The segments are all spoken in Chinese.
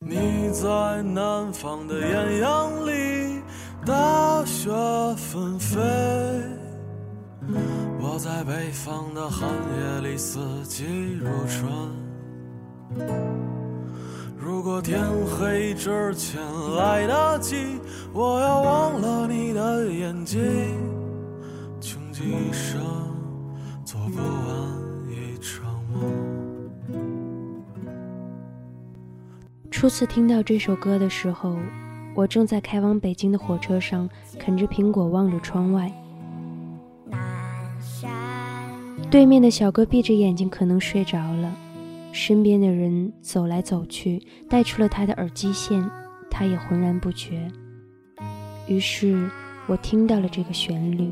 你在南方的艳阳里，大雪纷飞，我在北方的寒夜里，四季如春。如果天黑之前来得及，我要忘了你的眼睛，穷极一生做不完一场梦。 初次听到这首歌的时候，我正在开往北京的火车上，啃着苹果望着窗外。对面的小哥闭着眼睛可能睡着了，身边的人走来走去，带出了他的耳机线，他也浑然不觉。于是我听到了这个旋律。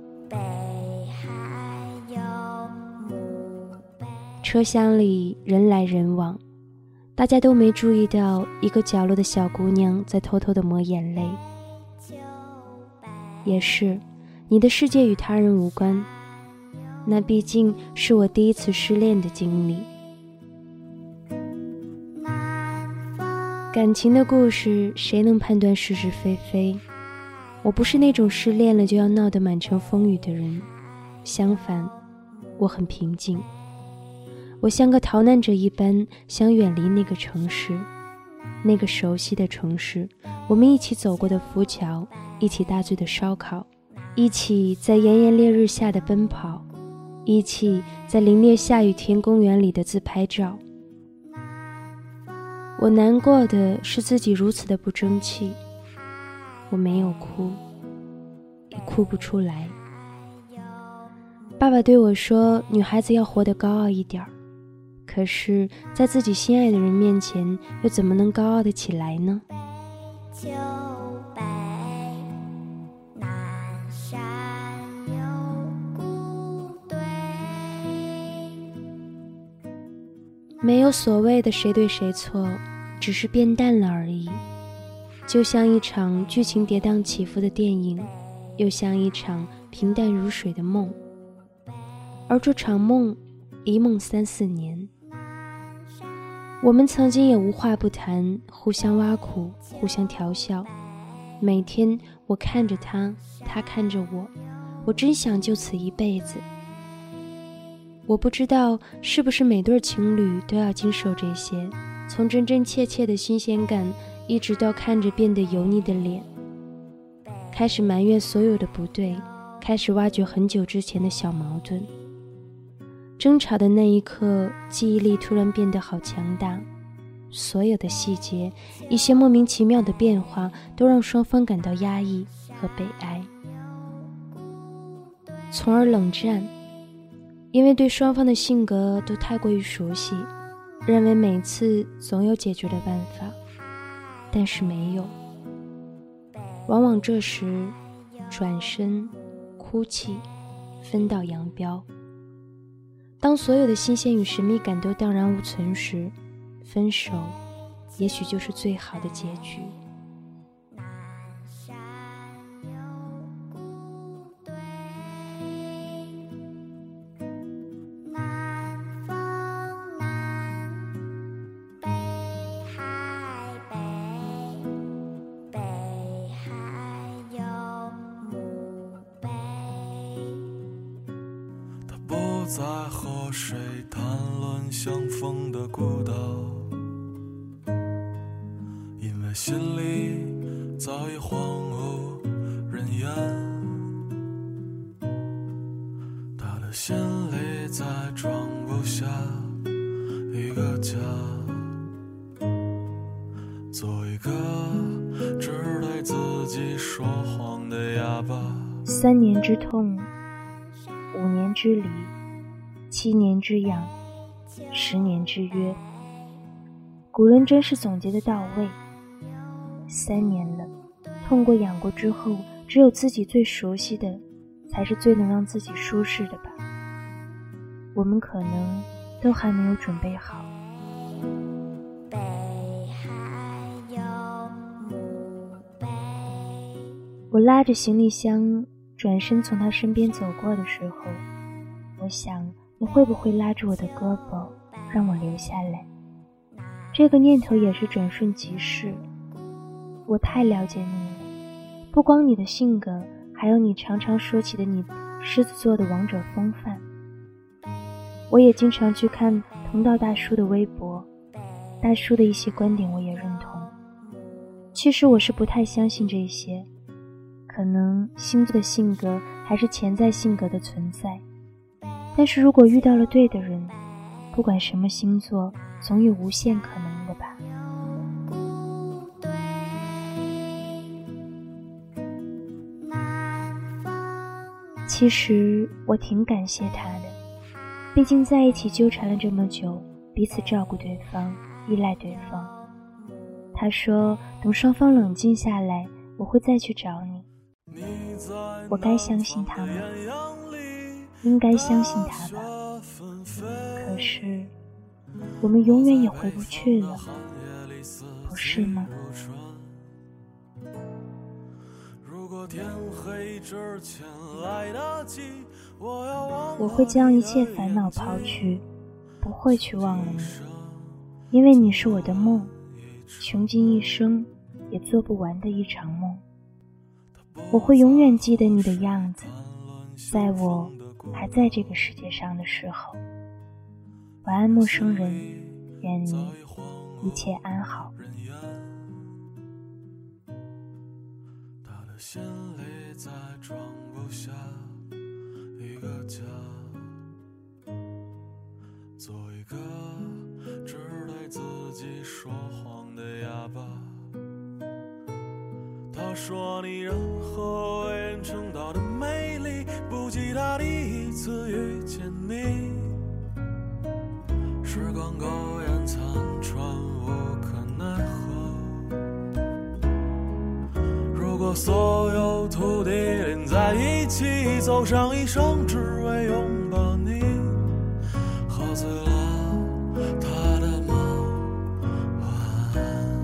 车厢里人来人往，大家都没注意到一个角落的小姑娘在偷偷地抹眼泪。也是，你的世界与他人无关，那毕竟是我第一次失恋的经历。感情的故事，谁能判断是是非非？我不是那种失恋了就要闹得满城风雨的人，相反，我很平静。我像个逃难者一般，想远离那个城市，那个熟悉的城市，我们一起走过的浮桥，一起大醉的烧烤，一起在炎炎烈日下的奔跑，一起在凛冽下雨天公园里的自拍照。我难过的是自己如此的不争气，我没有哭，也哭不出来。爸爸对我说，女孩子要活得高傲一点，可是在自己心爱的人面前，又怎么能高傲得起来呢？ 秋北南山有古堆， 没有所谓的谁对谁错，只是变淡了而已。就像一场剧情跌宕起伏的电影，又像一场平淡如水的梦。而这场梦，一梦3-4年。我们曾经也无话不谈，互相挖苦，互相调笑。每天我看着他，他看着我，我真想就此一辈子。我不知道是不是每对情侣都要经受这些，从真真切切的新鲜感，一直到看着变得油腻的脸，开始埋怨所有的不对，开始挖掘很久之前的小矛盾。争吵的那一刻，记忆力突然变得好强大，所有的细节，一些莫名其妙的变化，都让双方感到压抑和悲哀，从而冷战。因为对双方的性格都太过于熟悉，认为每次总有解决的办法，但是没有。往往这时转身哭泣，分道扬镳。当所有的新鲜与神秘感都荡然无存时，分手也许就是最好的结局。 南风南，北海北，北海有墓碑。 他不在和谁谈论相逢的孤岛，因为心里早已荒无人烟。他的心里再装不下一个家，做一个只对自己说谎的哑巴。 3年之痛，5年之离，7年之痒，10年之约。古人真是总结的到位。3年了，痛过痒过之后，只有自己最熟悉的，才是最能让自己舒适的吧。我们可能都还没有准备好。 北海有墓碑。 我拉着行李箱转身从他身边走过的时候，我想你会不会拉住我的胳膊，让我留下来。 这个念头也是转瞬即逝。我太了解你了，不光你的性格，还有你常常说起的你狮子座的王者风范。我也经常去看同道大叔的微博，大叔的一些观点我也认同。其实我是不太相信这些，可能星座的性格还是潜在性格的存在，但是如果遇到了对的人，不管什么星座，总有无限可能的吧。其实我挺感谢他的，毕竟在一起纠缠了这么久，彼此照顾对方，依赖对方。他说等双方冷静下来，我会再去找你。我该相信他吗？应该相信他吧。可是我们永远也回不去了，不是吗？我会将一切烦恼抛去，不会去忘了你，因为你是我的梦，穷尽一生也做不完的一场梦。我会永远记得你的样子，在我还在这个世界上的时候。晚安，陌生人，愿你一切安好。 他的心里再装不下一个家，做一个只对自己说谎的哑巴。他说你任何为人称道的美丽，不及他第一次遇见你。时光苟延残喘，无可奈何。如果所有土地连在一起，走上一生只为拥抱你，喝醉了他的梦，晚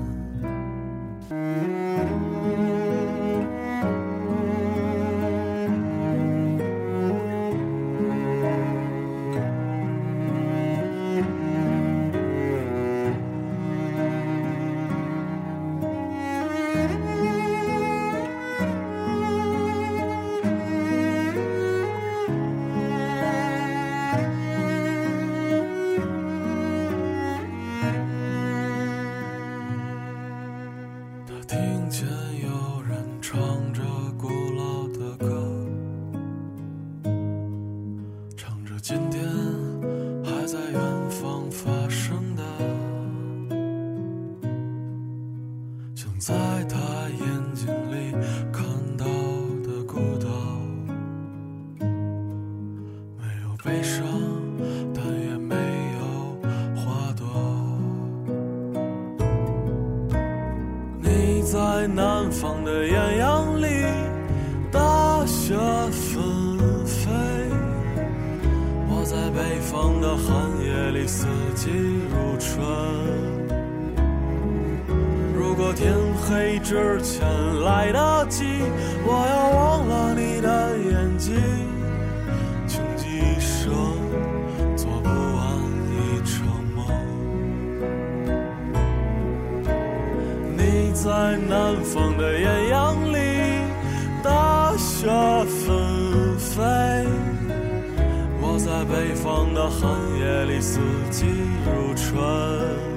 听见有人唱着古老的歌，唱着今天还在远方发生的，像在他眼睛里看到的孤岛，没有悲伤，但也没有花朵。在南方的艳阳里，大雪纷飞，我在北方的寒夜里，四季如春。如果天黑之前来得及，我要忘了你的眼睛，穷极一生做不完一场梦。你在南方的艳阳里，大雪纷飞，我在北方的寒夜里，四季如春。